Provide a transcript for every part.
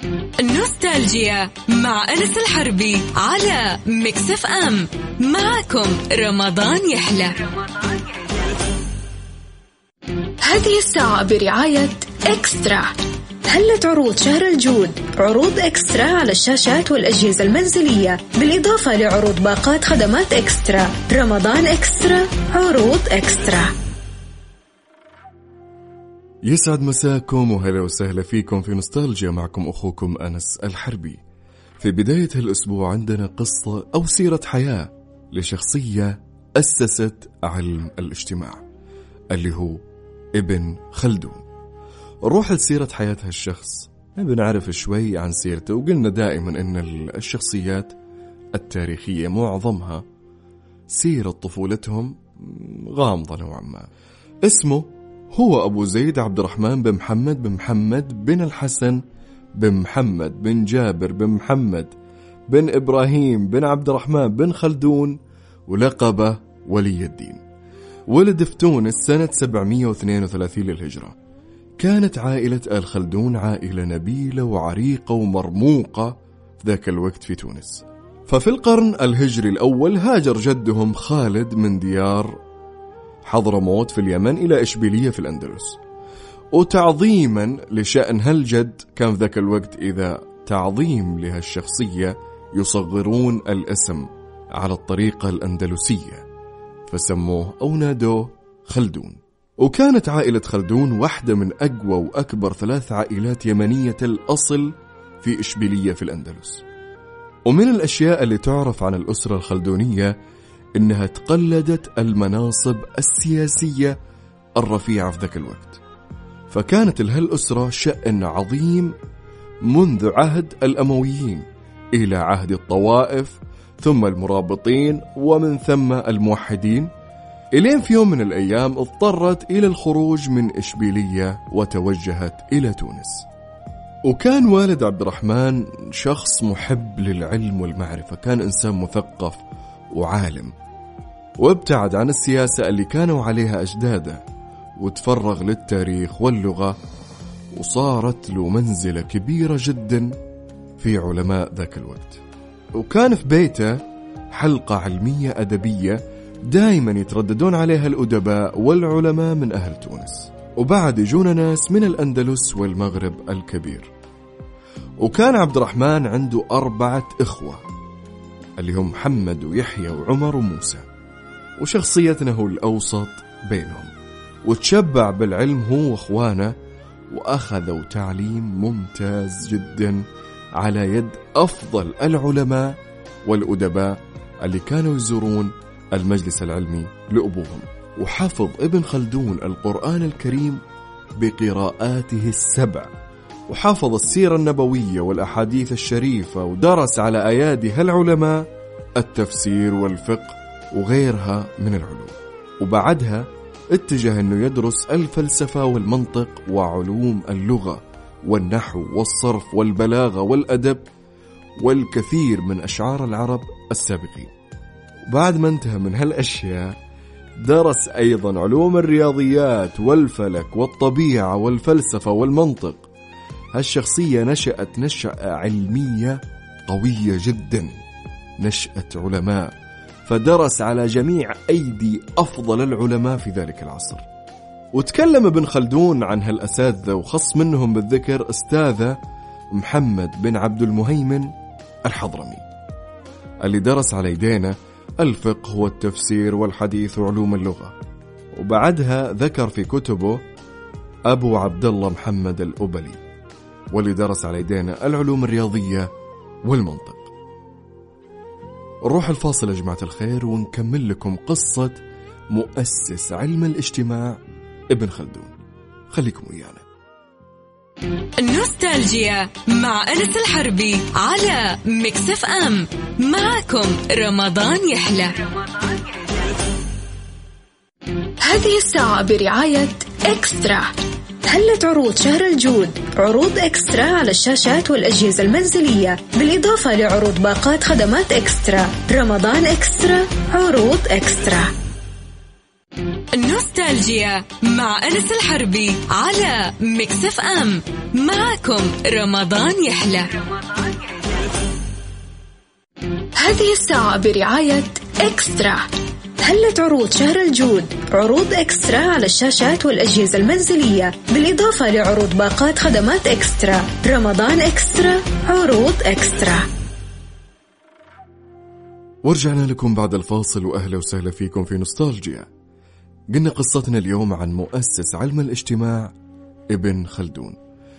نوستالجيا مع أنس الحربي على ميكس اف ام. معكم رمضان يحلى. هذه الساعة برعاية إكسترا. هلت عروض شهر الجود، عروض إكسترا على الشاشات والأجهزة المنزلية، بالإضافة لعروض باقات خدمات إكسترا. رمضان إكسترا، عروض إكسترا. يسعد مساكم وهلا وسهلا فيكم في نوستالجيا، معكم أخوكم أنس الحربي. في بداية هالأسبوع عندنا قصة أو سيرة حياة لشخصية أسست علم الاجتماع اللي هو ابن خلدون. نروح لسيرة حياة هالشخص، بنعرف شوي عن سيرته، وقلنا دائما أن الشخصيات التاريخية معظمها سيرة طفولتهم غامضة نوعا ما. اسمه هو أبو زيد عبد الرحمن بن محمد بن الحسن بن محمد بن جابر بن محمد بن إبراهيم بن عبد الرحمن بن خلدون، ولقبه ولي الدين. ولد في تونس سنة 732 للهجرة. كانت عائلة آل خلدون عائلة نبيلة وعريقة ومرموقة في ذاك الوقت في تونس. ففي القرن الهجري الأول هاجر جدهم خالد من ديار حضرموت في اليمن إلى إشبيلية في الأندلس. وتعظيما لشأن هالجد كان في ذاك الوقت إذا تعظيم لهالشخصية يصغرون الاسم على الطريقة الأندلسية، فسموه أو نادوه خلدون. وكانت عائلة خلدون واحدة من أقوى وأكبر 3 عائلات يمنية الأصل في إشبيلية في الأندلس. ومن الأشياء اللي تعرف عن الأسرة الخلدونية إنها تقلدت المناصب السياسية الرفيعة في ذاك الوقت. فكانت لهالأسرة شأن عظيم منذ عهد الأمويين إلى عهد الطوائف، ثم المرابطين، ومن ثم الموحدين، إلين في يوم من الأيام اضطرت إلى الخروج من إشبيلية وتوجهت إلى تونس. وكان والد عبد الرحمن شخص محب للعلم والمعرفة، كان إنسان مثقف وعالم، وابتعد عن السياسة اللي كانوا عليها أجداده، وتفرغ للتاريخ واللغة، وصارت له منزلة كبيرة جدا في علماء ذاك الوقت. وكان في بيته حلقة علمية أدبية دائما يترددون عليها الأدباء والعلماء من أهل تونس، وبعد يجون ناس من الأندلس والمغرب الكبير. وكان عبد الرحمن عنده 4 إخوة اللي هم محمد ويحيى وعمر وموسى، وشخصيتنا هو الأوسط بينهم، وتشبع بالعلم هو وأخوانه، وأخذوا تعليم ممتاز جدا على يد أفضل العلماء والأدباء اللي كانوا يزورون المجلس العلمي لأبوهم. وحفظ ابن خلدون القرآن الكريم بقراءاته 7، وحفظ السيرة النبوية والأحاديث الشريفة، ودرس على أيادي هالعلماء التفسير والفقه وغيرها من العلوم. وبعدها اتجه أنه يدرس الفلسفة والمنطق وعلوم اللغة والنحو والصرف والبلاغة والأدب والكثير من أشعار العرب السابقين. وبعد ما انتهى من هالأشياء درس أيضا علوم الرياضيات والفلك والطبيعة والفلسفة والمنطق. هالشخصية نشأت نشأة علمية قوية جدا، نشأة علماء، فدرس على جميع أيدي أفضل العلماء في ذلك العصر. وتكلم ابن خلدون عن هالأساتذة، وخص منهم بالذكر أستاذه محمد بن عبد المهيمن الحضرمي اللي درس على يدينا الفقه والتفسير والحديث وعلوم اللغة. وبعدها ذكر في كتبه أبو عبد الله محمد الأبلي، واللي درس على يدينا العلوم الرياضية والمنطق. نروح الفاصل يا جماعة الخير، ونكمل لكم قصة مؤسس علم الاجتماع ابن خلدون. خليكم ويانا. نوستالجيا مع أنس الحربي على ميكس اف ام. معكم رمضان يحلى. هذه الساعة برعاية إكسترا. هلت عروض شهر الجود، عروض إكسترا على الشاشات والأجهزة المنزلية، بالإضافة لعروض باقات خدمات إكسترا. رمضان إكسترا، عروض إكسترا. نوستالجيا مع أنس الحربي على ميكس اف ام. معكم رمضان يحلى. هذه الساعة برعاية إكسترا. هلت عروض شهر الجود، عروض إكسترا على الشاشات والأجهزة المنزلية، بالإضافة لعروض باقات خدمات إكسترا. رمضان إكسترا، عروض إكسترا. ورجعنا لكم بعد الفاصل، وأهلا وسهلا فيكم في نوستالجيا. قلنا قصتنا اليوم عن مؤسس علم الاجتماع ابن خلدون.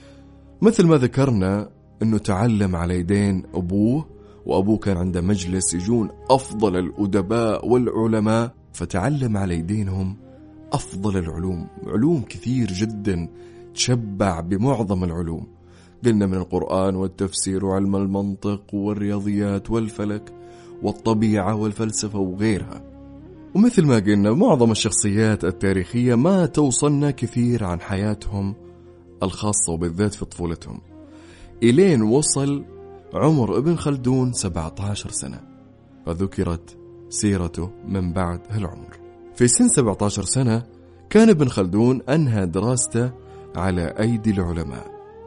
مثل ما ذكرنا أنه تعلم على يدين أبوه، وأبوه كان عنده مجلس يجون أفضل الأدباء والعلماء، فتعلم على يدينهم أفضل العلوم، علوم كثير جدا، تشبع بمعظم العلوم. قلنا من القرآن والتفسير وعلم المنطق والرياضيات والفلك والطبيعة والفلسفة وغيرها. ومثل ما قلنا معظم الشخصيات التاريخية ما توصلنا كثير عن حياتهم الخاصة، وبالذات في طفولتهم، إلين وصل عمر ابن خلدون 17 سنة، فذكرت سيرته من بعد هالعمر. في سن 17 سنة كان ابن خلدون أنهى دراسته على أيدي العلماء،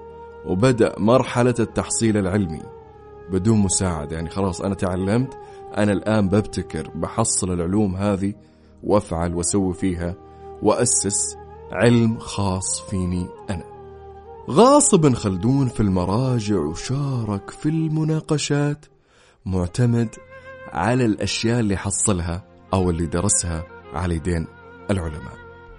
وبدأ مرحلة التحصيل العلمي بدون مساعدة. يعني خلاص أنا تعلمت، أنا الآن ببتكر، بحصل العلوم هذه وأفعل وأسوي فيها وأسس علم خاص فيني أنا. غاص ابن خلدون في المراجع وشارك في المناقشات، معتمد على الأشياء اللي حصلها أو اللي درسها على يدين العلماء.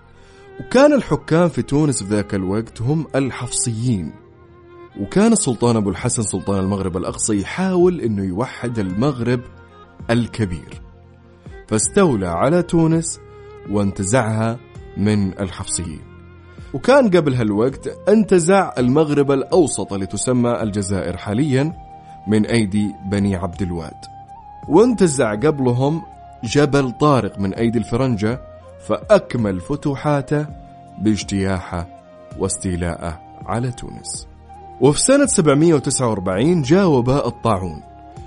وكان الحكام في تونس في ذاك الوقت هم الحفصيين، وكان السلطان أبو الحسن سلطان المغرب الأقصى يحاول أنه يوحد المغرب الكبير، فاستولى على تونس وانتزعها من الحفصيين. وكان قبل هالوقت انتزع المغرب الأوسط اللي تسمى الجزائر حاليا من أيدي بني عبد الواد، وانتزع قبلهم جبل طارق من أيدي الفرنجة، فأكمل فتوحاته باجتياحه واستيلاءه على تونس. وفي سنة 749 جاء وباء الطاعون،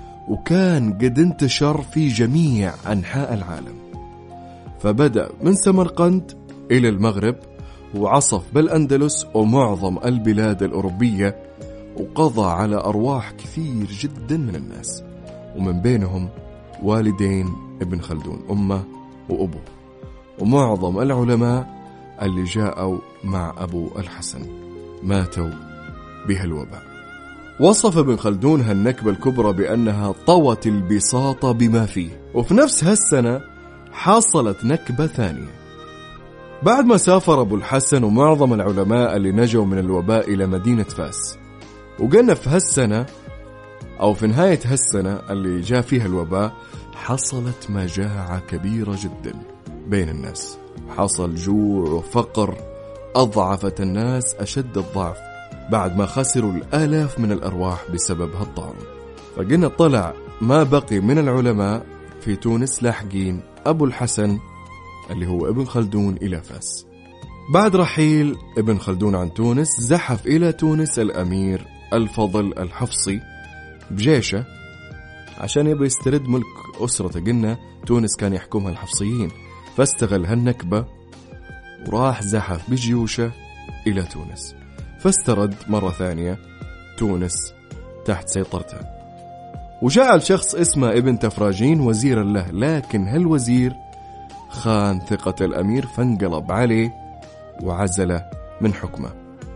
وكان قد انتشر في جميع أنحاء العالم، فبدأ من سمرقند إلى المغرب، وعصف بالأندلس ومعظم البلاد الأوروبية، وقضى على أرواح كثير جدا من الناس، ومن بينهم والدين ابن خلدون، أمه وأبوه، ومعظم العلماء اللي جاءوا مع أبو الحسن ماتوا بهالوباء. وصف ابن خلدون هالنكبة الكبرى بأنها طوت البساطة بما فيه. وفي نفس هالسنة حصلت نكبة ثانية، بعد ما سافر أبو الحسن ومعظم العلماء اللي نجوا من الوباء إلى مدينة فاس. وقلنا في هالسنة أو في نهاية هالسنة اللي جاء فيها الوباء حصلت مجاعة كبيرة جدا بين الناس، حصل جوع وفقر أضعفت الناس أشد الضعف بعد ما خسروا الآلاف من الأرواح بسبب هالطاعون. فقلنا طلع ما بقي من العلماء في تونس لاحقين أبو الحسن اللي هو ابن خلدون إلى فاس. بعد رحيل ابن خلدون عن تونس زحف إلى تونس الأمير الفضل الحفصي بجيشه عشان يبقى يسترد ملك أسرته. قلنا تونس كان يحكمها الحفصيين، فاستغل هالنكبة وراح زحف بجيوشه إلى تونس، فاسترد مرة ثانية تونس تحت سيطرته. وجعل شخص اسمه ابن تفراجين وزيرا له، لكن هالوزير خان ثقة الأمير فانقلب عليه وعزله من حكمه،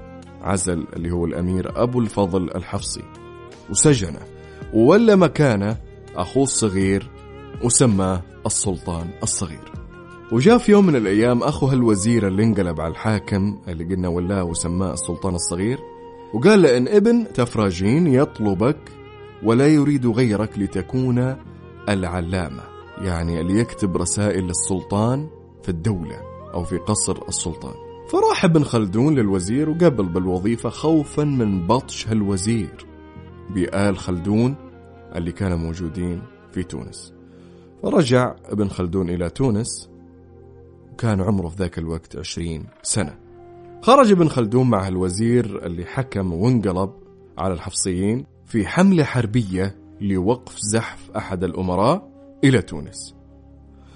عزل اللي هو الأمير أبو الفضل الحفصي وسجنه، وولى مكانه أخوه الصغير وسماه السلطان الصغير. وجاء في يوم من الأيام أخو هالوزير اللي انقلب على الحاكم اللي قلنا ولاه وسماه السلطان الصغير، وقال له إن ابن تفراجين يطلبك ولا يريد غيرك لتكون العلامة، يعني اللي يكتب رسائل للسلطان في الدولة أو في قصر السلطان. فراح ابن خلدون للوزير وقبل بالوظيفة خوفا من بطش هالوزير بآل خلدون اللي كانوا موجودين في تونس. فرجع ابن خلدون إلى تونس وكان عمره في ذاك الوقت 20 سنة. خرج ابن خلدون مع الوزير اللي حكم وانقلب على الحفصيين في حملة حربية لوقف زحف أحد الأمراء إلى تونس.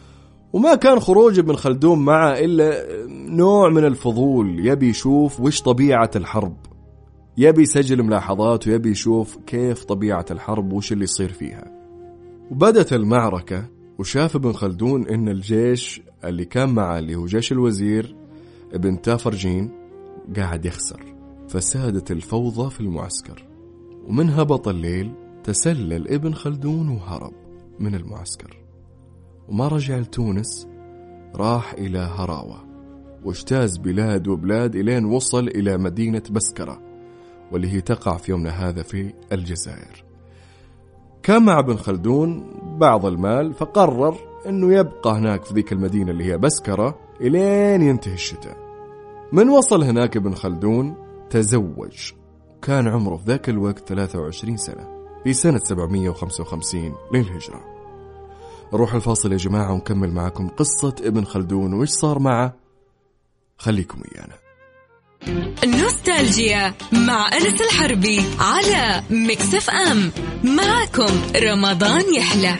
وما كان خروج ابن خلدون معه إلا نوع من الفضول، يبي يشوف وش طبيعة الحرب، يبي يسجل ملاحظات ويبي يشوف كيف طبيعة الحرب وش اللي يصير فيها. وبدت المعركة وشاف ابن خلدون إن الجيش اللي كان معه اللي هو جيش الوزير ابن تافرجين قاعد يخسر، فسادت الفوضى في المعسكر. ومن هبط الليل تسلل ابن خلدون وهرب من المعسكر، وما رجع لتونس، راح إلى هراوة واجتاز بلاد وبلاد إلين وصل إلى مدينة بسكرة، واللي هي تقع في يومنا هذا في الجزائر. كان مع ابن خلدون بعض المال، فقرر أنه يبقى هناك في ذيك المدينة اللي هي بسكرة إلين ينتهي الشتاء. من وصل هناك ابن خلدون تزوج، كان عمره في ذاك الوقت 23 سنة في سنة 755 للهجرة. نروح الفاصل يا جماعة ونكمل معكم قصة ابن خلدون وإيش صار معه. خليكم ويانا. النوستالجيا مع أنس الحربي على ميكس اف ام. معكم رمضان يحلى.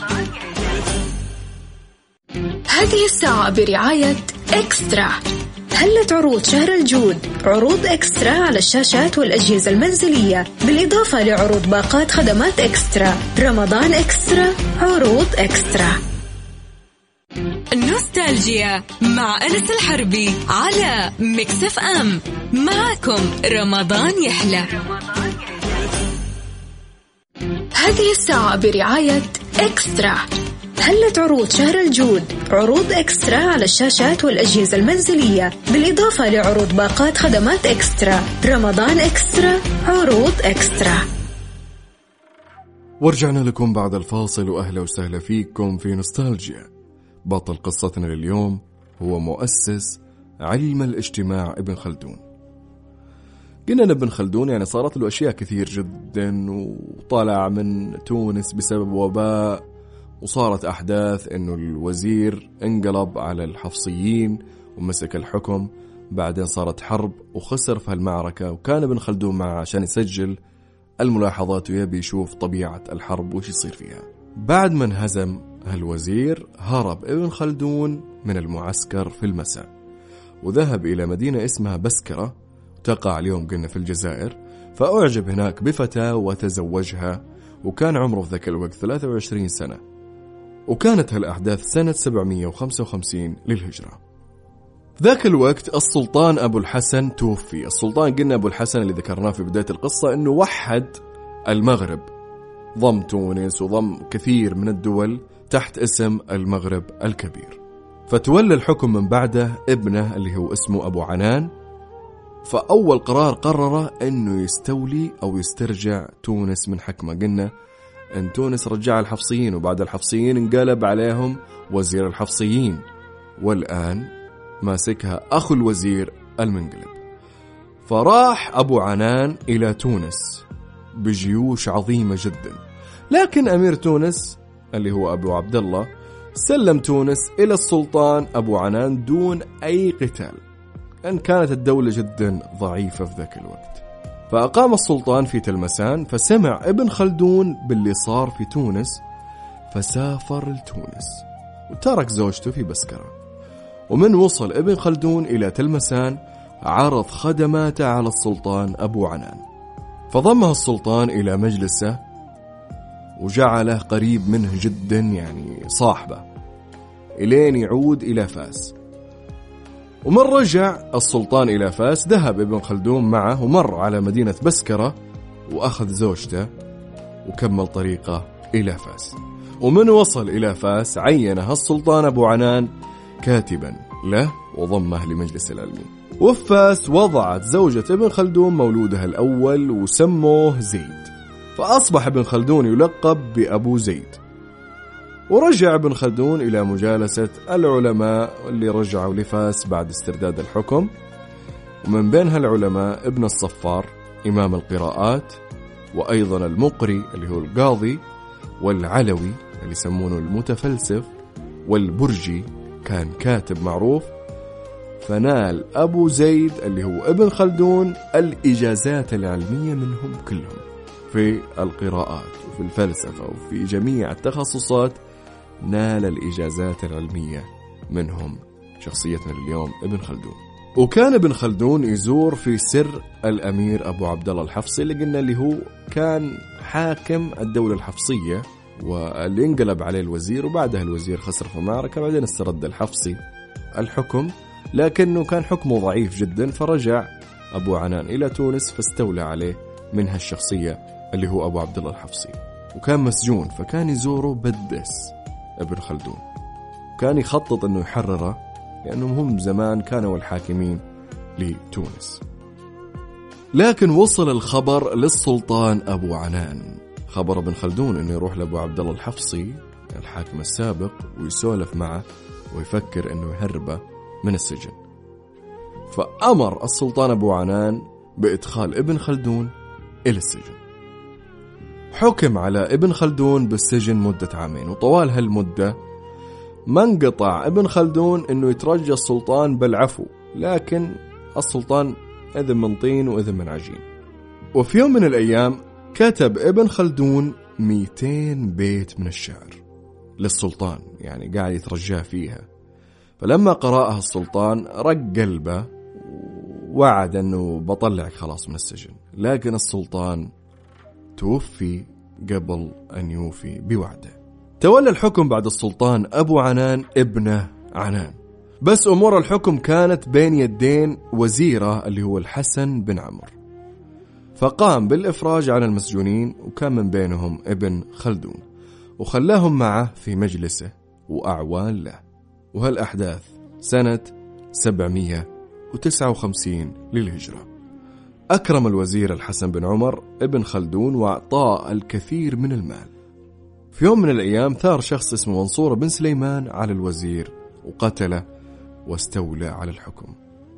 هذه الساعة برعاية إكسترا. هلت عروض شهر الجود، عروض إكسترا على الشاشات والأجهزة المنزلية، بالإضافة لعروض باقات خدمات إكسترا. رمضان إكسترا، عروض إكسترا. النوستالجيا مع أنس الحربي على ميكس اف ام. معكم رمضان يحلى. هذه الساعة برعاية إكسترا. هلت عروض شهر الجود، عروض إكسترا على الشاشات والأجهزة المنزلية، بالإضافة لعروض باقات خدمات إكسترا. رمضان إكسترا، عروض إكسترا. ورجعنا لكم بعد الفاصل، وأهلا وسهلا فيكم في نوستالجيا. بطل قصتنا لليوم هو مؤسس علم الاجتماع ابن خلدون. قلنا ابن خلدون يعني صارت له أشياء كثير جدا، وطلع من تونس بسبب وباء، وصارت أحداث أنه الوزير انقلب على الحفصيين ومسك الحكم، بعدين صارت حرب وخسر في هالمعركة، وكان ابن خلدون معه عشان يسجل الملاحظات ويبي يشوف طبيعة الحرب وش يصير فيها. بعد ما انهزم هالوزير هرب ابن خلدون من المعسكر في المساء، وذهب إلى مدينة اسمها بسكرة تقع اليوم قلنا في الجزائر، فأعجب هناك بفتاة وتزوجها، وكان عمره في ذاك الوقت 23 سنة. وكانت هالأحداث سنة 755 للهجرة. ذاك الوقت السلطان أبو الحسن توفي. السلطان قلنا أبو الحسن اللي ذكرناه في بداية القصة أنه وحد المغرب، ضم تونس وضم كثير من الدول تحت اسم المغرب الكبير. فتولى الحكم من بعده ابنه اللي هو اسمه أبو عنان. فأول قرار قرره أنه يستولي أو يسترجع تونس من حكمه. قلنا أن تونس رجع الحفصيين، وبعد الحفصيين انقلب عليهم وزير الحفصيين، والآن ماسكها أخو الوزير المنقلب. فراح أبو عنان إلى تونس بجيوش عظيمة جدا، لكن أمير تونس اللي هو أبو عبد الله سلم تونس إلى السلطان أبو عنان دون أي قتال، لأن كانت الدولة جدا ضعيفة في ذاك الوقت. فأقام السلطان في تلمسان، فسمع ابن خلدون باللي صار في تونس، فسافر لتونس وترك زوجته في بسكرة. ومن وصل ابن خلدون إلى تلمسان عرض خدماته على السلطان أبو عنان، فضمه السلطان إلى مجلسه وجعله قريب منه جدا، يعني صاحبه، إلين يعود إلى فاس. ومن رجع السلطان إلى فاس ذهب ابن خلدون معه ومر على مدينة بسكرة وأخذ زوجته وكمل طريقه إلى فاس. ومن وصل إلى فاس عينها السلطان أبو عنان كاتبا له وضمه لمجلس العلمي. وفي فاس وضعت زوجة ابن خلدون مولودها الأول وسموه زيد، فأصبح ابن خلدون يلقب بأبو زيد. ورجع ابن خلدون إلى مجالسة العلماء اللي رجعوا لفاس بعد استرداد الحكم، ومن بين هالعلماء ابن الصفار إمام القراءات، وأيضا المقري اللي هو القاضي، والعلوي اللي يسمونه المتفلسف، والبرجي كان كاتب معروف. فنال أبو زيد اللي هو ابن خلدون الإجازات العلمية منهم كلهم في القراءات وفي الفلسفة وفي جميع التخصصات نال الإجازات العلمية منهم شخصيتنا اليوم ابن خلدون. وكان ابن خلدون يزور في سر الأمير أبو عبد الله الحفصي اللي قلنا اللي هو كان حاكم الدولة الحفصية، واللي انقلب عليه الوزير، وبعدها الوزير خسر في معركة، بعدين استرد الحفصي الحكم، لكنه كان حكمه ضعيف جدا، فرجع أبو عنان إلى تونس فاستولى عليه من هالشخصية اللي هو أبو عبد الله الحفصي، وكان مسجون، فكان يزوره بدس ابن خلدون، كان يخطط أنه يحرره لأنهم هم زمان كانوا الحاكمين لتونس. لكن وصل الخبر للسلطان أبو عنان، خبر ابن خلدون أنه يروح لأبو عبد الله الحفصي الحاكم السابق ويسولف معه ويفكر أنه يهربه من السجن. فأمر السلطان أبو عنان بإدخال ابن خلدون إلى السجن. حكم على ابن خلدون بالسجن مدة 2 عام، وطوال هالمدة ما انقطع ابن خلدون أنه يترجى السلطان بالعفو، لكن السلطان إذن من طين وإذن من عجين. وفي يوم من الأيام كتب ابن خلدون 200 بيت من الشعر للسلطان، يعني قاعد يترجاه فيها. فلما قرأها السلطان رق قلبه ووعد أنه بطلعك خلاص من السجن، لكن السلطان توفي قبل أن يوفي بوعده. تولى الحكم بعد السلطان أبو عنان ابنه عنان، بس أمور الحكم كانت بين يدين وزيره اللي هو الحسن بن عمرو، فقام بالإفراج عن المسجونين، وكان من بينهم ابن خلدون، وخلاهم معه في مجلسه وأعوان له. وهالأحداث سنة 759 للهجرة. أكرم الوزير الحسن بن عمر ابن خلدون وأعطاه الكثير من المال. في يوم من الأيام ثار شخص اسمه منصور بن سليمان على الوزير وقتله واستولى على الحكم،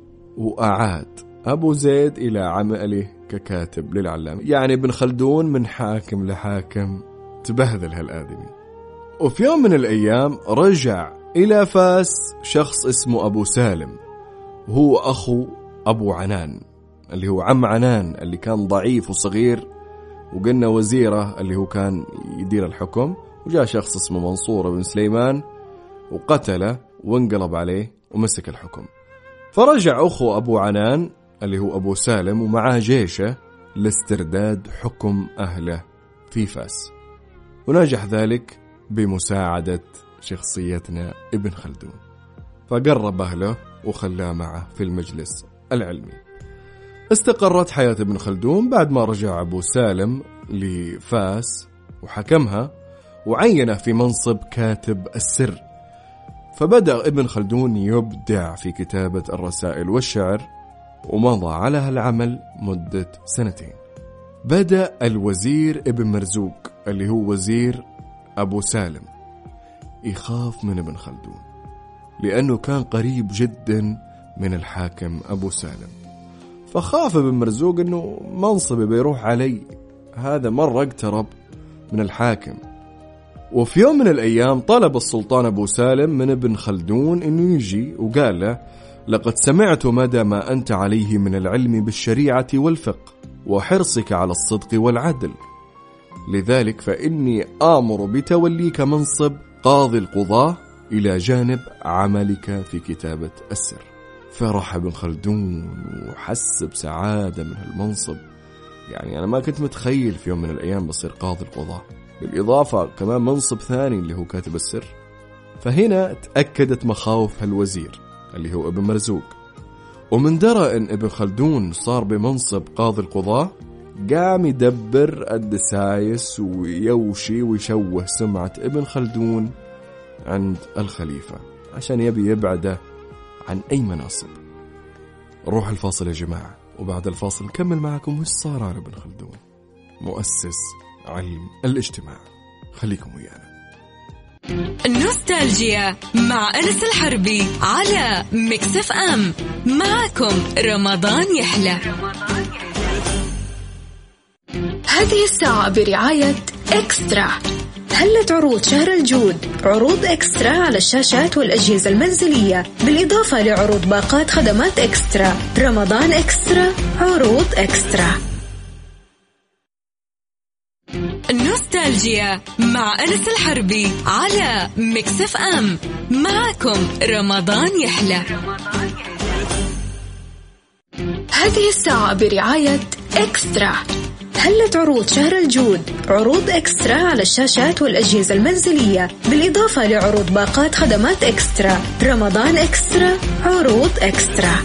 وأعاد أبو زيد إلى عمله ككاتب للعلامة. يعني ابن خلدون من حاكم لحاكم تبهذل هالآدمي. وفي يوم من الأيام رجع إلى فاس شخص اسمه أبو سالم، وهو أخو أبو عنان اللي هو عم عنان اللي كان ضعيف وصغير، وقلنا وزيره اللي هو كان يدير الحكم. وجاء شخص اسمه منصور بن سليمان وقتله وانقلب عليه ومسك الحكم. فرجع أخو أبو عنان اللي هو أبو سالم ومعاه جيشه لاسترداد حكم أهله في فاس، ونجح ذلك بمساعدة شخصيتنا ابن خلدون، فقرب أهله وخلاه معه في المجلس العلمي. استقرت حياة ابن خلدون بعد ما رجع أبو سالم لفاس وحكمها وعينه في منصب كاتب السر. فبدأ ابن خلدون يبدع في كتابة الرسائل والشعر، ومضى على هالعمل مدة 2 سنين. بدأ الوزير ابن مرزوق اللي هو وزير أبو سالم يخاف من ابن خلدون لأنه كان قريب جدا من الحاكم أبو سالم، فخاف ابن مرزوق أنه منصبه بيروح علي، هذا مرة اقترب من الحاكم. وفي يوم من الأيام طلب السلطان أبو سالم من ابن خلدون أنه يجي، وقال له: لقد سمعت مدى ما أنت عليه من العلم بالشريعة والفقه وحرصك على الصدق والعدل، لذلك فإني آمر بتوليك منصب قاضي القضاة إلى جانب عملك في كتابة السر. فرح ابن خلدون وحس بسعادة من هالمنصب، يعني أنا ما كنت متخيل في يوم من الأيام بصير قاضي القضاة، بالإضافة كمان منصب ثاني اللي هو كاتب السر. فهنا تأكدت مخاوف هالوزير اللي هو ابن مرزوق، ومن درى أن ابن خلدون صار بمنصب قاضي القضاة قام يدبر الدسايس ويوشي ويشوه سمعة ابن خلدون عند الخليفة عشان يبي يبعده عن أي مناصب. روح الفاصل يا جماعة، وبعد الفاصل نكمل معكم وش صار على ابن خلدون مؤسس علم الاجتماع. خليكم ويانا. النوستالجيا مع أنس الحربي على ميكس اف ام. معكم رمضان يحلى. هذه الساعة برعاية إكسترا. هلت عروض شهر الجود، عروض إكسترا على الشاشات والأجهزة المنزلية، بالإضافة لعروض باقات خدمات إكسترا. رمضان إكسترا، عروض إكسترا. نوستالجيا مع أنس الحربي على ميكس اف ام. معكم رمضان يحلى. هذه الساعة برعاية إكسترا. هلت عروض شهر الجود، عروض إكسترا على الشاشات والأجهزة المنزلية، بالإضافة لعروض باقات خدمات إكسترا. رمضان إكسترا، عروض إكسترا.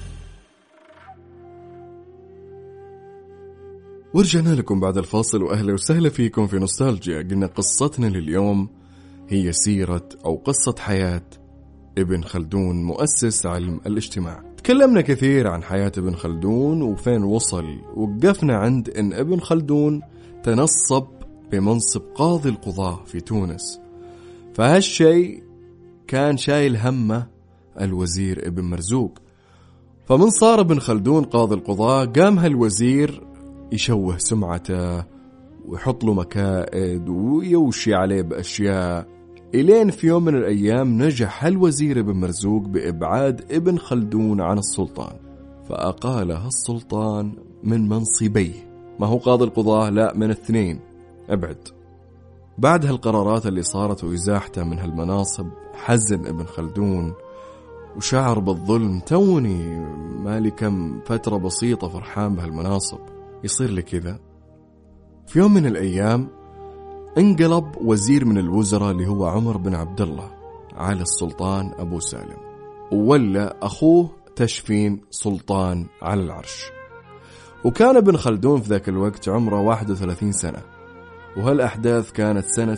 ورجعنا لكم بعد الفاصل، وأهلا وسهلا فيكم في نوستالجيا. قلنا قصتنا لليوم هي سيرة أو قصة حياة ابن خلدون، مؤسس علم الاجتماع. تكلمنا كثير عن حياة ابن خلدون وفين وصل، وقفنا عند أن ابن خلدون تنصب بمنصب قاضي القضاة في تونس، فهالشيء كان شايل همه الوزير ابن مرزوق. فمن صار ابن خلدون قاضي القضاة قام هالوزير يشوه سمعته ويحط له مكائد ويوشي عليه بأشياء، إلين في يوم من الأيام نجح هالوزير ابن مرزوق بإبعاد ابن خلدون عن السلطان، فأقاله السلطان من منصبيه. ما هو قاضي القضاة، لا، من الاثنين، ابعد. بعد هالقرارات اللي صارت وإزاحته من هالمناصب حزن ابن خلدون وشعر بالظلم. توني مالي كم فترة بسيطة فرحان بهالمناصب، يصير لي كذا. في يوم من الأيام انقلب وزير من الوزراء اللي هو عمر بن عبد الله على السلطان أبو سالم، وولى أخوه تشفين سلطان على العرش. وكان ابن خلدون في ذاك الوقت عمره 31 سنة، وهالأحداث كانت سنة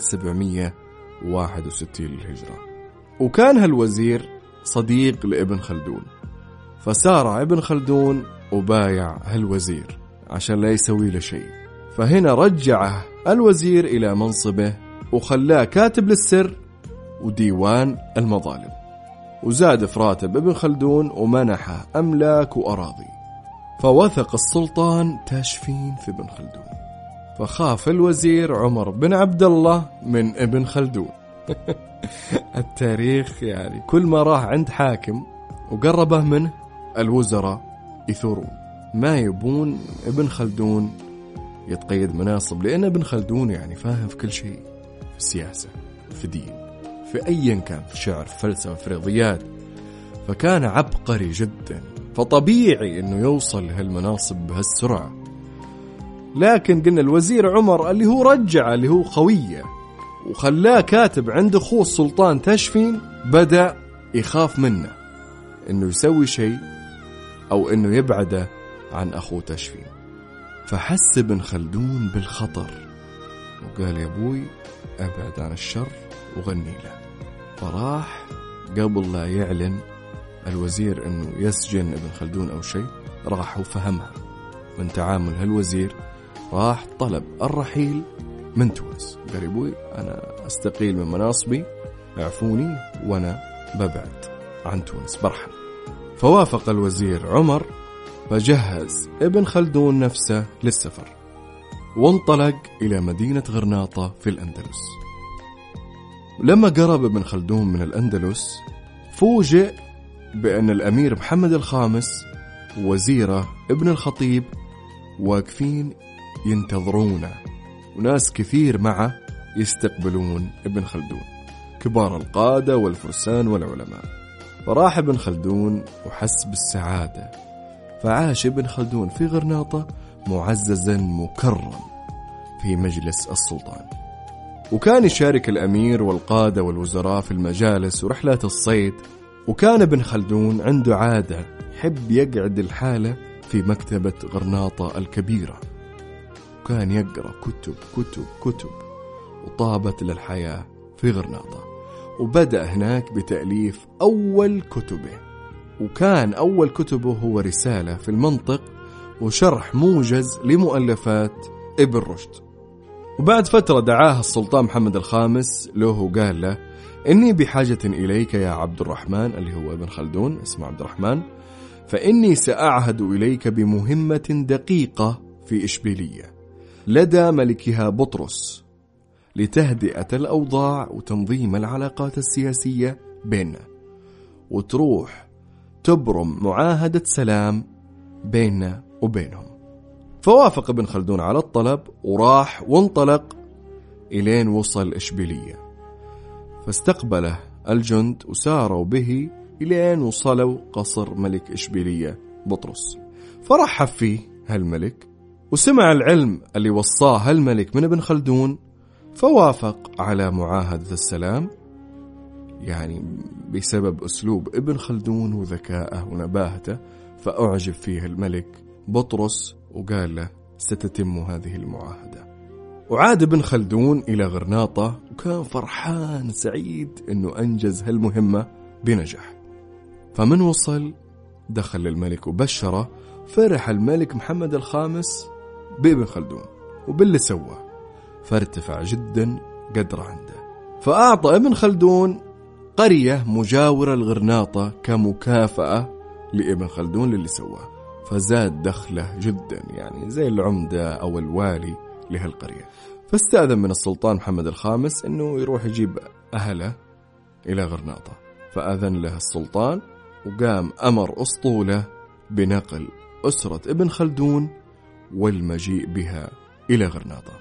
761 للهجرة. وكان هالوزير صديق لابن خلدون، فسارع ابن خلدون وبايع هالوزير عشان لا يسوي له شيء. فهنا رجعه الوزير إلى منصبه وخلاه كاتب للسر وديوان المظالم، وزاد في راتب ابن خلدون ومنحه أملاك وأراضي. فوثق السلطان تاشفين في ابن خلدون، فخاف الوزير عمر بن عبد الله من ابن خلدون. التاريخ يعني كل ما راح عند حاكم وقربه منه الوزراء يثورون، ما يبون ابن خلدون يتقيد مناصب، لأن ابن خلدون يعني فاهم في كل شيء، في السياسة، في دين، في أيا كان، في شعر، في فلسفة، في رياضيات، فكان عبقري جدا، فطبيعي أنه يوصل لهالمناصب بهالسرعة. لكن قلنا الوزير عمر اللي هو رجع اللي هو خويه وخلاه كاتب عند أخوه السلطان تشفين، بدأ يخاف منه أنه يسوي شيء أو أنه يبعده عن أخوه تشفين. فحس ابن خلدون بالخطر وقال يا أبوي أبعد عن الشر وغني له. فراح قبل لا يعلن الوزير أنه يسجن ابن خلدون أو شيء، راح وفهمها من تعامل هالوزير، راح طلب الرحيل من تونس. قال يا أبوي أنا أستقيل من مناصبي، اعفوني وأنا ببعد عن تونس، برحل. فوافق الوزير عمر، فجهز ابن خلدون نفسه للسفر وانطلق إلى مدينة غرناطة في الأندلس. لما قرب ابن خلدون من الأندلس فوجئ بأن الأمير محمد الخامس ووزيره ابن الخطيب واقفين ينتظرونه، وناس كثير معه يستقبلون ابن خلدون، كبار القادة والفرسان والعلماء. فراح ابن خلدون وحس بالسعادة، فعاش ابن خلدون في غرناطة معززا مكرم في مجلس السلطان. وكان يشارك الأمير والقادة والوزراء في المجالس ورحلات الصيد. وكان ابن خلدون عنده عادة يحب يقعد الحالة في مكتبة غرناطة الكبيرة، وكان يقرأ كتب كتب كتب، وطابت للحياة في غرناطة. وبدأ هناك بتأليف أول كتبه، وكان أول كتبه هو رسالة في المنطق وشرح موجز لمؤلفات ابن رشد. وبعد فترة دعاه السلطان محمد الخامس له وقال له إني بحاجة إليك يا عبد الرحمن، اللي هو ابن خلدون اسمه عبد الرحمن، فإني سأعهد إليك بمهمة دقيقة في إشبيلية لدى ملكها بطرس لتهدئة الأوضاع وتنظيم العلاقات السياسية بيننا، وتروح تبرم معاهدة سلام بيننا وبينهم. فوافق ابن خلدون على الطلب وراح وانطلق إلين وصل إشبيلية، فاستقبله الجند وساروا به إلين وصلوا قصر ملك إشبيلية بطرس. فرحب فيه هالملك وسمع العلم اللي وصاه هالملك من ابن خلدون، فوافق على معاهدة السلام، يعني بسبب أسلوب ابن خلدون وذكائه ونباهته. فأعجب فيه الملك بطرس وقال له ستتم هذه المعاهدة. وعاد ابن خلدون إلى غرناطة وكان فرحان سعيد أنه أنجز هالمهمة بنجاح. فمن وصل دخل الملك وبشره. فرح الملك محمد الخامس بابن خلدون وباللي سواه، فارتفع جدا قدره عنده. فأعطى ابن خلدون قرية مجاورة لغرناطة كمكافأة لابن خلدون للي سواه، فزاد دخله جدا، يعني زي العمدة أو الوالي لهالقرية. فاستأذن من السلطان محمد الخامس أنه يروح يجيب أهله إلى غرناطة، فأذن له السلطان وقام أمر أسطوله بنقل أسرة ابن خلدون والمجيء بها إلى غرناطة.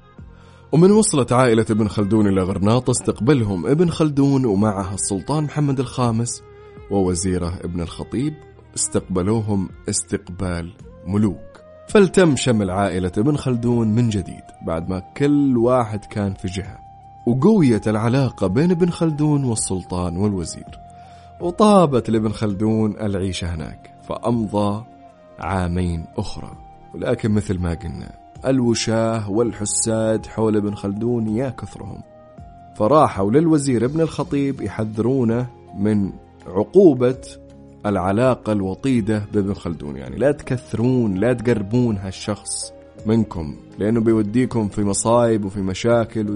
ومن وصلت عائلة ابن خلدون إلى غرناطة استقبلهم ابن خلدون ومعها السلطان محمد الخامس ووزيره ابن الخطيب، استقبلوهم استقبال ملوك. فالتم شمل عائلة ابن خلدون من جديد بعد ما كل واحد كان في جهة، وقويت العلاقة بين ابن خلدون والسلطان والوزير، وطابت لابن خلدون العيشة هناك. فأمضى عامين أخرى، ولكن مثل ما قلنا الوشاه والحساد حول ابن خلدون يا كثرهم، فراحوا للوزير ابن الخطيب يحذرونه من عقوبة العلاقة الوطيدة بابن خلدون، يعني لا تكثرون لا تقربون هالشخص منكم لأنه بيوديكم في مصايب وفي مشاكل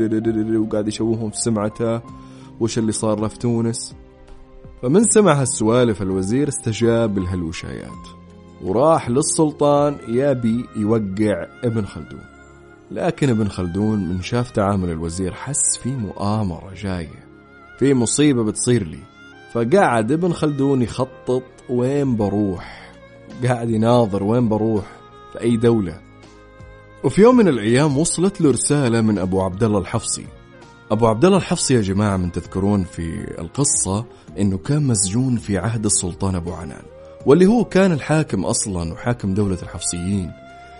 وقاعد يشوههم في سمعته وش اللي صار له في تونس. فمن سمع هالسوالف الوزير استجاب لهالوشايات وراح للسلطان يابي يوقع ابن خلدون. لكن ابن خلدون من شاف تعامل الوزير حس في مؤامرة جاية، في مصيبة بتصير لي. فقعد ابن خلدون يخطط وين بروح، قاعد يناظر وين بروح في أي دولة. وفي يوم من الأيام وصلت له رسالة من أبو عبد الله الحفصي. أبو عبد الله الحفصي يا جماعة من تذكرون في القصة إنه كان مسجون في عهد السلطان أبو عنان، واللي هو كان الحاكم أصلا وحاكم دولة الحفصيين،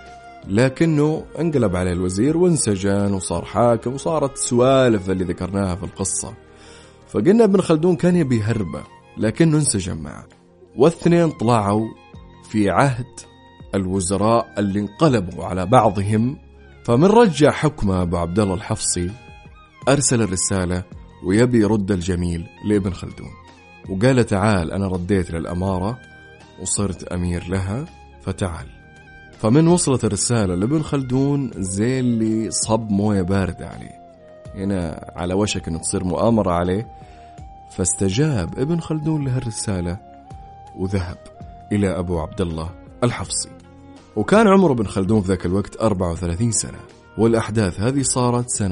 لكنه انقلب عليه الوزير وانسجن وصار حاكم وصارت سوالف اللي ذكرناها في القصة. فقلنا ابن خلدون كان يبي هربة لكنه انسجن معه، والاثنين طلعوا في عهد الوزراء اللي انقلبوا على بعضهم. فمن رجع حكمه أبو عبد الله الحفصي أرسل الرسالة ويبي يرد الجميل لابن خلدون، وقال تعال أنا رديت للأمارة وصرت أمير لها فتعال. فمن وصلت الرسالة لابن خلدون زي اللي صب موية باردة عليه، هنا على وشك أن تصير مؤامرة عليه. فاستجاب ابن خلدون لهالرسالة وذهب إلى أبو عبد الله الحفصي. وكان عمر ابن خلدون في ذاك الوقت 34 سنة، والأحداث هذه صارت سنة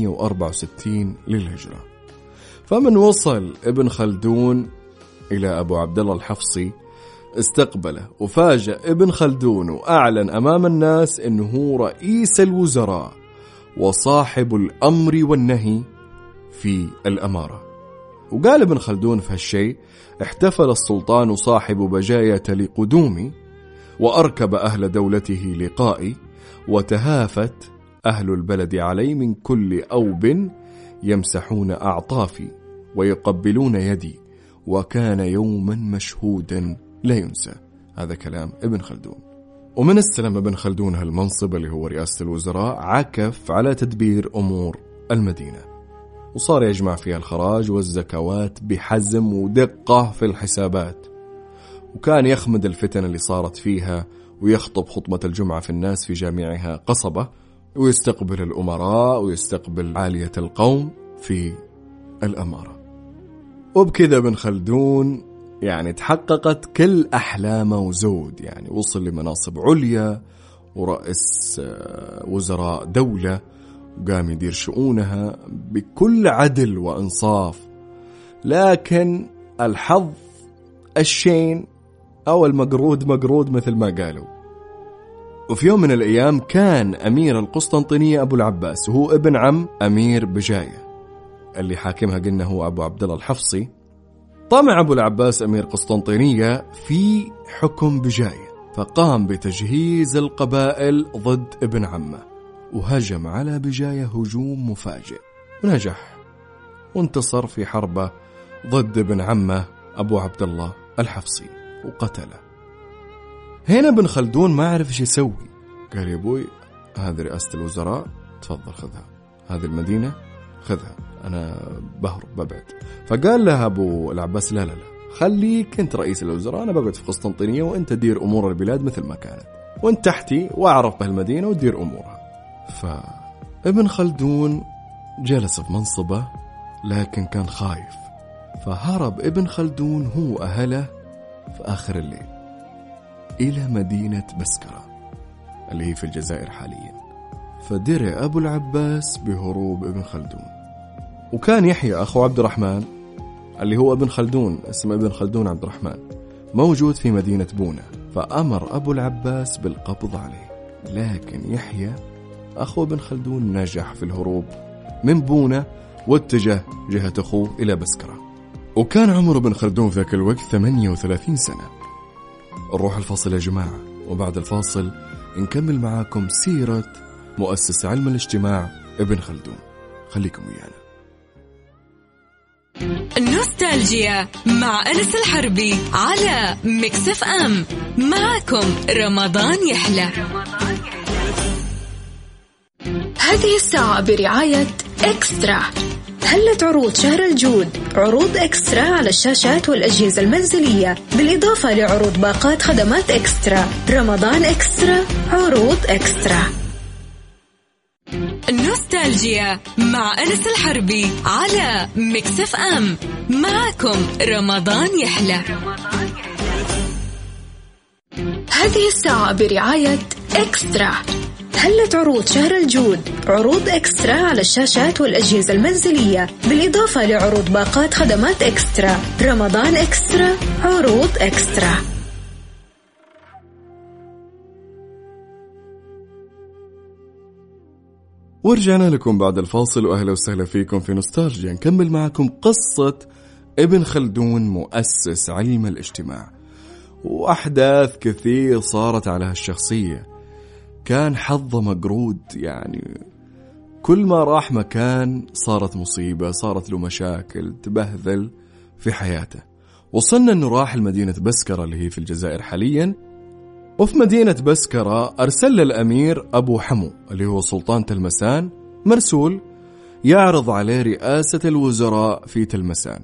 764 للهجرة. فمن وصل ابن خلدون إلى أبو عبد الله الحفصي استقبله وفاجأ ابن خلدون وأعلن أمام الناس أنه هو رئيس الوزراء وصاحب الأمر والنهي في الأمارة. وقال ابن خلدون في هالشيء احتفل السلطان صاحب بجاية لقدومي، وأركب أهل دولته لقائي، وتهافت أهل البلد علي من كل أوب، يمسحون أعطافي ويقبلون يدي، وكان يوما مشهودا لا ينسى. هذا كلام ابن خلدون. ومن استلم ابن خلدون هالمنصب اللي هو رئاسة الوزراء عكف على تدبير أمور المدينة، وصار يجمع فيها الخراج والزكوات بحزم ودقة في الحسابات، وكان يخمد الفتن اللي صارت فيها ويخطب خطبة الجمعة في الناس في جامعها قصبة، ويستقبل الأمراء ويستقبل عالية القوم في الأمارة. وبكذا ابن خلدون يعني تحققت كل أحلامه وزود، يعني وصل لمناصب عليا ورئيس وزراء دولة، وقام يدير شؤونها بكل عدل وإنصاف. لكن الحظ الشين أو المقرود مقرود مثل ما قالوا، وفي يوم من الأيام كان أمير القسطنطينية أبو العباس، وهو ابن عم أمير بجاية اللي حاكمها قلنا هو أبو عبد الله الحفصي. طمع أبو العباس أمير قسطنطينية في حكم بجاية، فقام بتجهيز القبائل ضد ابن عمه، وهجم على بجاية هجوم مفاجئ ونجح، وانتصر في حربه ضد ابن عمه أبو عبد الله الحفصي وقتله. هنا ابن خلدون ما عرف ايش يسوي، قال يا ابوي هذه رئاسة الوزراء تفضل خذها، هذه المدينة خذها، أنا بهرب ببعد. فقال له أبو العباس لا لا لا، خليك أنت رئيس الوزراء، أنا بقعد في قسطنطينية وأنت دير أمور البلاد مثل ما كانت، وأنت تحتي وأعرف بهالمدينة ودير أمورها. فابن خلدون جلس في منصبه لكن كان خايف، فهرب ابن خلدون هو أهله في آخر الليل إلى مدينة بسكرة اللي هي في الجزائر حاليا. فدرى أبو العباس بهروب ابن خلدون، وكان يحيى أخو عبد الرحمن اللي هو ابن خلدون، اسمه ابن خلدون عبد الرحمن، موجود في مدينة بونة. فأمر أبو العباس بالقبض عليه، لكن يحيى أخو ابن خلدون نجح في الهروب من بونة واتجه جهة أخوه إلى بسكرة. وكان عمر ابن خلدون في ذاك الوقت 38 سنة. نروح الفاصل يا جماعة، وبعد الفاصل نكمل معاكم سيرة مؤسس علم الاجتماع ابن خلدون. خليكم ويانا. النوستالجيا مع أنس الحربي على ميكس اف ام. معكم رمضان يحلى. هذه الساعة برعاية إكسترا. هلت عروض شهر الجود، عروض إكسترا على الشاشات والأجهزة المنزلية، بالإضافة لعروض باقات خدمات إكسترا. رمضان إكسترا، عروض إكسترا. النوستالجيا مع أنس الحربي على ميكس اف ام. معكم رمضان يحلى. هذه الساعة برعاية إكسترا. هلت عروض شهر الجود، عروض إكسترا على الشاشات والأجهزة المنزلية، بالإضافة لعروض باقات خدمات إكسترا. رمضان إكسترا، عروض إكسترا. ورجعنا لكم بعد الفاصل، وأهلا وسهلا فيكم في نوستالجيا. نكمل معكم قصة ابن خلدون مؤسس علم الاجتماع، وأحداث كثير صارت على هالشخصية. كان حظه مقرود، يعني كل ما راح مكان صارت مصيبة، صارت له مشاكل، تبهذل في حياته. وصلنا أنه راح لمدينة بسكرة اللي هي في الجزائر حاليا. وفي مدينة بسكرة أرسل الأمير أبو حمو اللي هو سلطان تلمسان مرسول يعرض عليه رئاسة الوزراء في تلمسان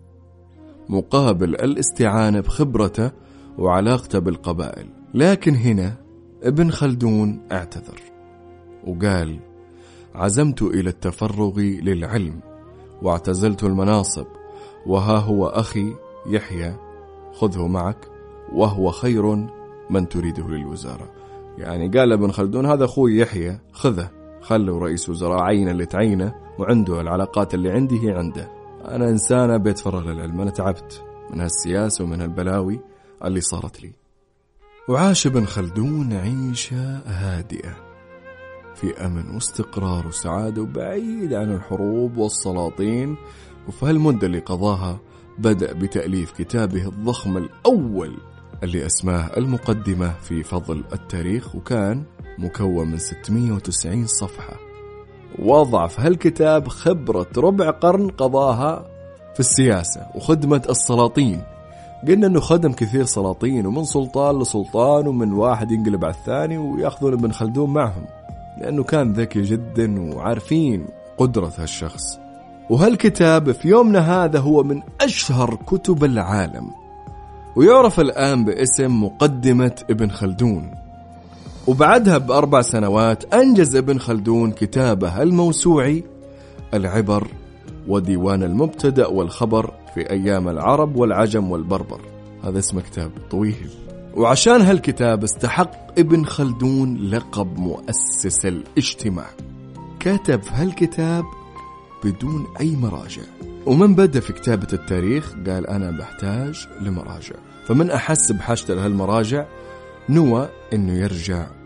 مقابل الاستعانة بخبرته وعلاقته بالقبائل. لكن هنا ابن خلدون اعتذر وقال: عزمت إلى التفرغ للعلم واعتزلت المناصب، وها هو أخي يحيى خذه معك وهو خير من تريده للوزارة. يعني قال ابن خلدون هذا أخوي يحيى خذه، خله رئيس وزراء، عين اللي تعينه، وعنده العلاقات اللي عندي هي عنده. أنا إنسانة بيتفرغ للعلم، أنا تعبت من هالسياسة ومن هالبلاوي اللي صارت لي. وعاش ابن خلدون عيشة هادئة في أمن واستقرار وسعادة، وبعيد عن الحروب والسلاطين. وفي هالمدة اللي قضاها بدأ بتأليف كتابه الضخم الأول اللي اسماه المقدمة في فضل التاريخ، وكان مكون من 690 صفحة. وضع في هالكتاب خبرة ربع قرن قضاها في السياسة وخدمة السلاطين. قلنا أنه خدم كثير سلاطين، ومن سلطان لسلطان، ومن واحد ينقلب على الثاني ويأخذون ابن خلدون معهم، لأنه كان ذكي جدا وعارفين قدرة هالشخص. وهالكتاب في يومنا هذا هو من أشهر كتب العالم، ويعرف الآن باسم مقدمة ابن خلدون. وبعدها ب4 سنوات أنجز ابن خلدون كتابه الموسوعي العبر وديوان المبتدأ والخبر في أيام العرب والعجم والبربر. هذا اسم كتاب طويل. وعشان هالكتاب استحق ابن خلدون لقب مؤسس الاجتماع. كتب هالكتاب بدون أي مراجع، ومن بدأ في كتابة التاريخ قال أنا بحتاج لمراجع. فمن أحس بحاجته لهالمراجع نوى أنه يرجع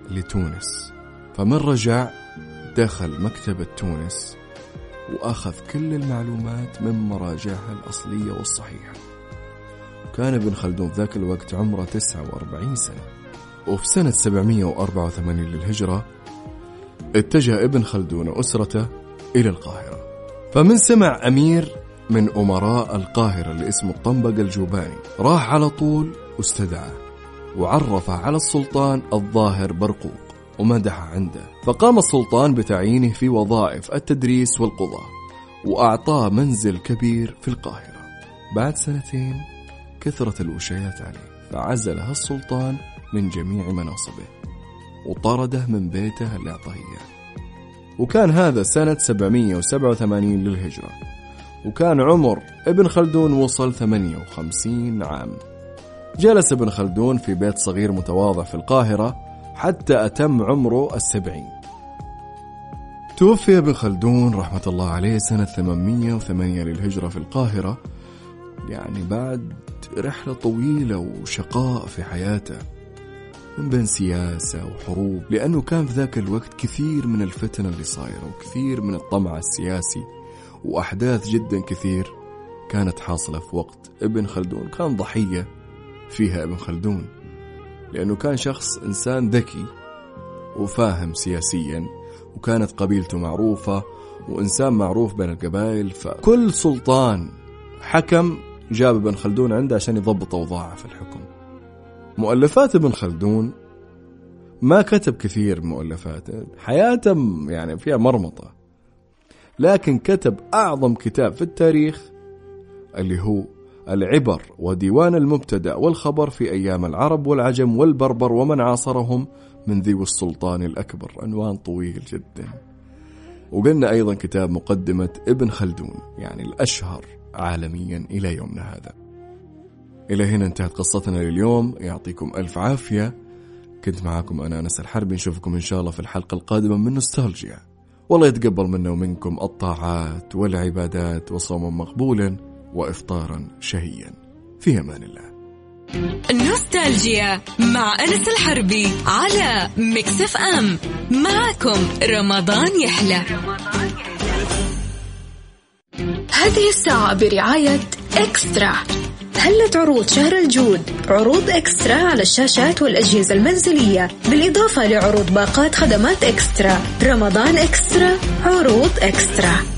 لتونس. فمن رجع دخل مكتبة تونس وأخذ كل المعلومات من مراجعها الأصلية والصحيحة. كان ابن خلدون في ذاك الوقت عمره 49 سنة. وفي سنة 784 للهجرة اتجه ابن خلدون وأسرته إلى القاهرة. فمن سمع أمير من أمراء القاهرة اللي اسمه الطنبق الجوباني راح على طول واستدعاه وعرفه على السلطان الظاهر برقوق ومدح عنده. فقام السلطان بتعيينه في وظائف التدريس والقضاء وأعطاه منزل كبير في القاهرة. بعد 2 سنين كثرت الوشايات عليه فعزله السلطان من جميع مناصبه وطرده من بيته اللي أعطاه إياه. وكان هذا سنة 787 للهجرة، وكان عمر ابن خلدون وصل 58 عام. جلس ابن خلدون في بيت صغير متواضع في القاهرة حتى أتم عمره 70. توفي ابن خلدون رحمة الله عليه سنة 808 للهجرة في القاهرة، يعني بعد رحلة طويلة وشقاء في حياته من بين سياسة وحروب، لأنه كان في ذاك الوقت كثير من الفتن اللي صايرة وكثير من الطمع السياسي وأحداث جدا كثير كانت حاصلة في وقت ابن خلدون. كان ضحية فيها ابن خلدون لأنه كان شخص إنسان ذكي وفاهم سياسيا، وكانت قبيلته معروفة وإنسان معروف بين القبائل. فكل سلطان حكم جاب ابن خلدون عنده عشان يضبط أوضاعه في الحكم. مؤلفات ابن خلدون ما كتب كثير مؤلفات، حياته يعني فيها مرمطة، لكن كتب أعظم كتاب في التاريخ اللي هو العبر وديوان المبتدأ والخبر في أيام العرب والعجم والبربر ومن عاصرهم من ذوي السلطان الأكبر. عنوان طويل جدا. وقلنا أيضا كتاب مقدمة ابن خلدون، يعني الأشهر عالميا إلى يومنا هذا. إلى هنا انتهت قصتنا لليوم، يعطيكم ألف عافية. كنت معاكم أنا أنس الحربي، نشوفكم إن شاء الله في الحلقة القادمة من نوستالجيا. والله يتقبل منا ومنكم الطاعات والعبادات وصوما مقبولا وإفطارا شهيا. في أمان الله. نوستالجيا مع أنس الحربي على ميكس اف ام. معكم رمضان يحلى. هذه الساعة برعاية إكسترا. هلت عروض شهر الجود، عروض إكسترا على الشاشات والأجهزة المنزلية، بالإضافة لعروض باقات خدمات إكسترا. رمضان إكسترا، عروض إكسترا.